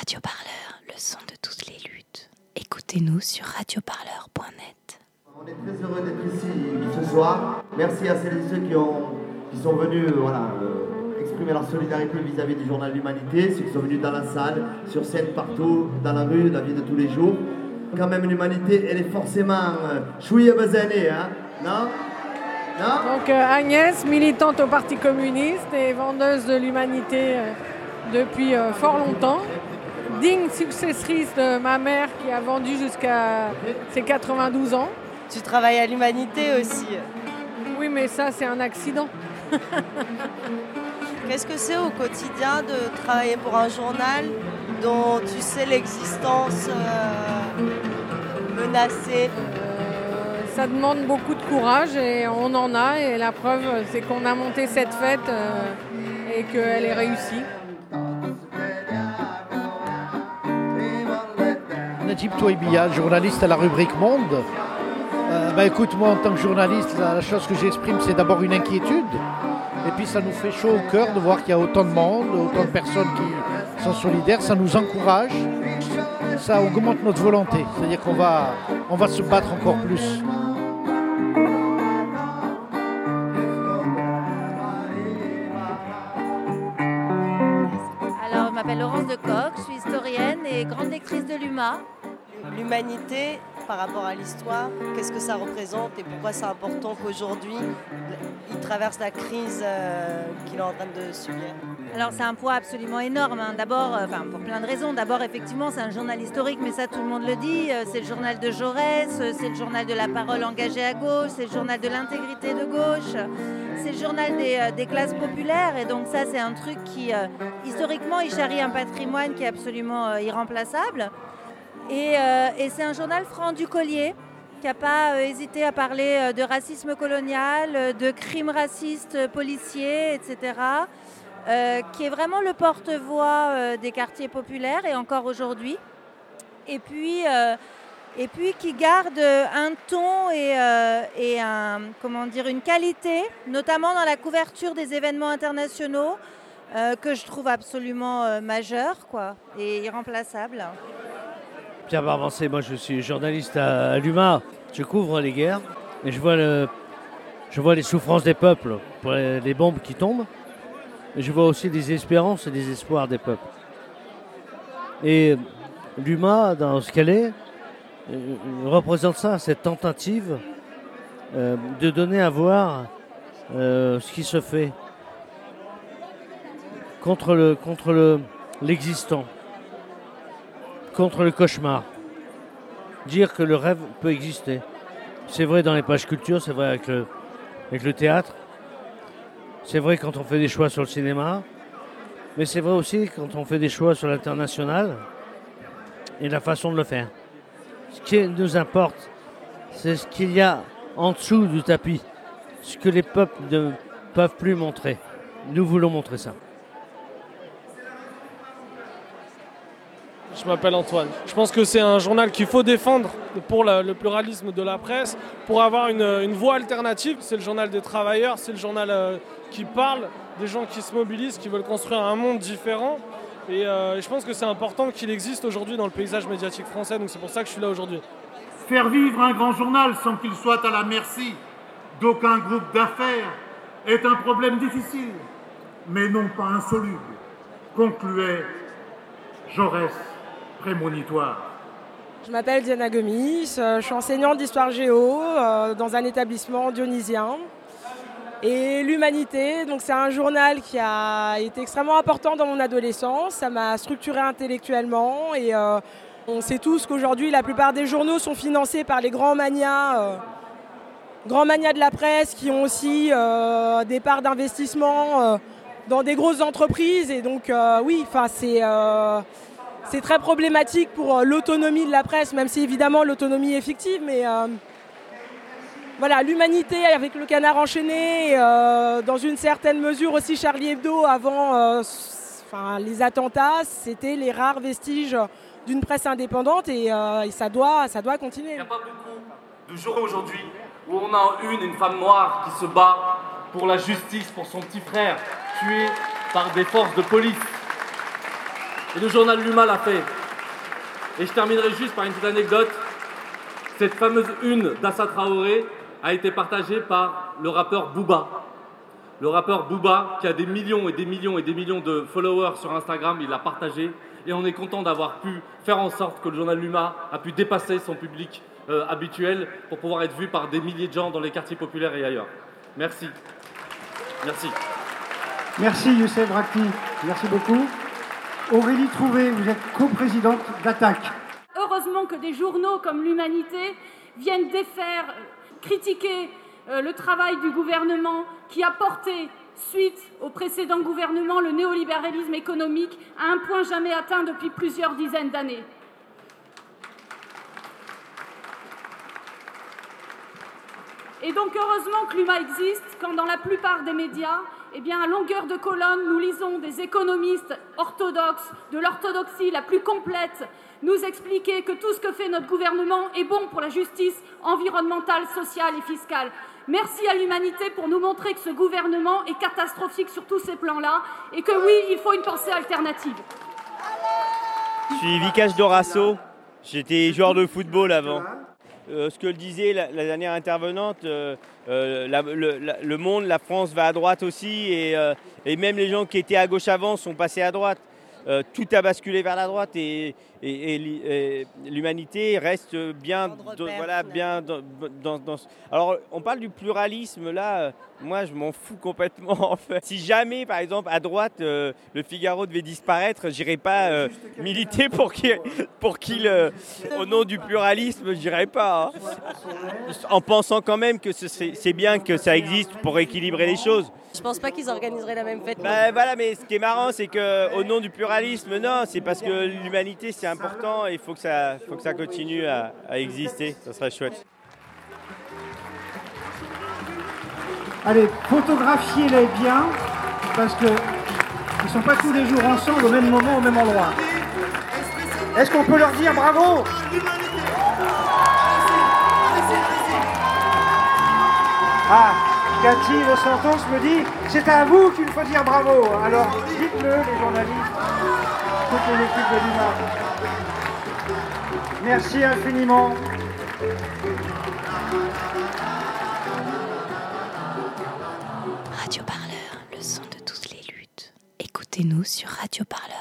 Radio Parleur, le son de toutes les luttes. Écoutez-nous sur radioparleur.net. On est très heureux d'être ici ce soir. Merci à celles et ceux qui sont venus exprimer leur solidarité vis-à-vis du journal L'Humanité, ceux qui sont venus dans la salle, sur scène, partout, dans la rue, la vie de tous les jours. Quand même, l'Humanité, elle est forcément chouïa basanée, hein, non? Donc Agnès, militante au Parti communiste et vendeuse de l'Humanité depuis fort longtemps. Digne successrice de ma mère qui a vendu jusqu'à ses 92 ans. Tu travailles à l'Humanité aussi. Oui, mais ça, c'est un accident. Qu'est-ce que c'est au quotidien de travailler pour un journal dont tu sais l'existence menacée? Ça demande beaucoup de courage et on en a. Et la preuve, c'est qu'on a monté cette fête et qu'elle est réussie. Najib Touaibia, journaliste à la rubrique Monde. Écoute, moi en tant que journaliste, la chose que j'exprime, c'est d'abord une inquiétude. Et puis ça nous fait chaud au cœur de voir qu'il y a autant de monde, autant de personnes qui sont solidaires. Ça nous encourage, ça augmente notre volonté. C'est-à-dire qu'on va se battre encore plus. Alors, je m'appelle Laurence Decoq, je suis historienne et grande lectrice de l'UMA. L'Humanité, par rapport à l'histoire, qu'est-ce que ça représente et pourquoi c'est important qu'aujourd'hui, il traverse la crise qu'il est en train de subir? Alors, c'est un poids absolument énorme. D'abord, pour plein de raisons. D'abord, effectivement, c'est un journal historique, mais ça, tout le monde le dit. C'est le journal de Jaurès, c'est le journal de la parole engagée à gauche, c'est le journal de l'intégrité de gauche, c'est le journal des classes populaires. Et donc ça, c'est un truc qui, historiquement, il charrie un patrimoine qui est absolument irremplaçable. Et c'est un journal franc du collier qui n'a pas hésité à parler de racisme colonial, de crimes racistes policiers, etc., qui est vraiment le porte-voix des quartiers populaires et encore aujourd'hui. Et puis qui garde un ton et une qualité, notamment dans la couverture des événements internationaux, que je trouve absolument majeure, et irremplaçable. Pierre Barbancé, moi je suis journaliste à l'UMA, je couvre les guerres et je vois les souffrances des peuples pour les bombes qui tombent, et je vois aussi des espérances et des espoirs des peuples. Et l'UMA, dans ce qu'elle est, représente ça, cette tentative de donner à voir ce qui se fait contre l'existant. Contre le cauchemar. Dire que le rêve peut exister. C'est vrai dans les pages culture, c'est vrai avec le théâtre, c'est vrai quand on fait des choix sur le cinéma, mais c'est vrai aussi quand on fait des choix sur l'international et la façon de le faire. Ce qui nous importe, c'est ce qu'il y a en dessous du tapis, ce que les peuples ne peuvent plus montrer. Nous voulons montrer ça. Je m'appelle Antoine. Je pense que c'est un journal qu'il faut défendre pour le pluralisme de la presse, pour avoir une voix alternative. C'est le journal des travailleurs, c'est le journal qui parle des gens qui se mobilisent, qui veulent construire un monde différent. Et je pense que c'est important qu'il existe aujourd'hui dans le paysage médiatique français, donc c'est pour ça que je suis là aujourd'hui. Faire vivre un grand journal sans qu'il soit à la merci d'aucun groupe d'affaires est un problème difficile, mais non pas insoluble, concluait Jaurès. Prémonitoire. Je m'appelle Diana Gomis, je suis enseignante d'histoire géo dans un établissement dionysien. Et l'Humanité, donc c'est un journal qui a été extrêmement important dans mon adolescence, ça m'a structuré intellectuellement et on sait tous qu'aujourd'hui la plupart des journaux sont financés par les grands manias de la presse qui ont aussi des parts d'investissement dans des grosses entreprises et donc c'est très problématique pour l'autonomie de la presse, même si évidemment l'autonomie est fictive, mais l'Humanité avec le Canard enchaîné, dans une certaine mesure aussi Charlie Hebdo avant les attentats, c'était les rares vestiges d'une presse indépendante et ça doit continuer. Il n'y a pas beaucoup de jours aujourd'hui où on a une femme noire qui se bat pour la justice, pour son petit frère, tué par des forces de police. Et le journal L'Humain l'a fait. Et je terminerai juste par une petite anecdote. Cette fameuse une d'Assa Traoré a été partagée par le rappeur Booba. Le rappeur Booba, qui a des millions et des millions et des millions de followers sur Instagram, il l'a partagé. Et on est content d'avoir pu faire en sorte que le journal L'Humain a pu dépasser son public habituel pour pouvoir être vu par des milliers de gens dans les quartiers populaires et ailleurs. Merci. Merci. Merci Youssef Rakti. Merci beaucoup. Aurélie Trouvé, vous êtes coprésidente d'Attaque. Heureusement que des journaux comme l'Humanité viennent défaire, critiquer le travail du gouvernement qui a porté, suite au précédent gouvernement, le néolibéralisme économique à un point jamais atteint depuis plusieurs dizaines d'années. Et donc heureusement que l'UMA existe quand dans la plupart des médias, eh bien, à longueur de colonne, nous lisons des économistes orthodoxes, de l'orthodoxie la plus complète, nous expliquer que tout ce que fait notre gouvernement est bon pour la justice environnementale, sociale et fiscale. Merci à l'Humanité pour nous montrer que ce gouvernement est catastrophique sur tous ces plans-là et que oui, il faut une pensée alternative. Je suis Vikash Dorasso, j'étais joueur de football avant. Ce que disait la dernière intervenante, le monde, la France va à droite aussi et même les gens qui étaient à gauche avant sont passés à droite. Tout a basculé vers la droite et l'Humanité reste bien, bien dans. Alors on parle du pluralisme là, moi je m'en fous complètement en fait. Si jamais par exemple à droite le Figaro devait disparaître, j'irais pas militer pour qu'il au nom du pluralisme, j'irais pas. Hein. En pensant quand même que c'est bien que ça existe pour équilibrer les choses. Je pense pas qu'ils organiseraient la même fête. Voilà, mais ce qui est marrant, c'est qu'au nom du pluralisme, non, c'est parce que l'humanité, c'est important et il faut que ça continue à exister. Ça serait chouette. Allez, photographiez-les bien, parce qu'ils ne sont pas tous les jours ensemble au même moment, au même endroit. Est-ce qu'on peut leur dire bravo ? Ah, Cathy de Sentence me dit, c'est à vous qu'il faut dire bravo. Alors, dites-le, les journalistes, toutes les équipes de l'UMA. Merci infiniment. Radio Parleur, le son de toutes les luttes. Écoutez-nous sur radioparleur.net.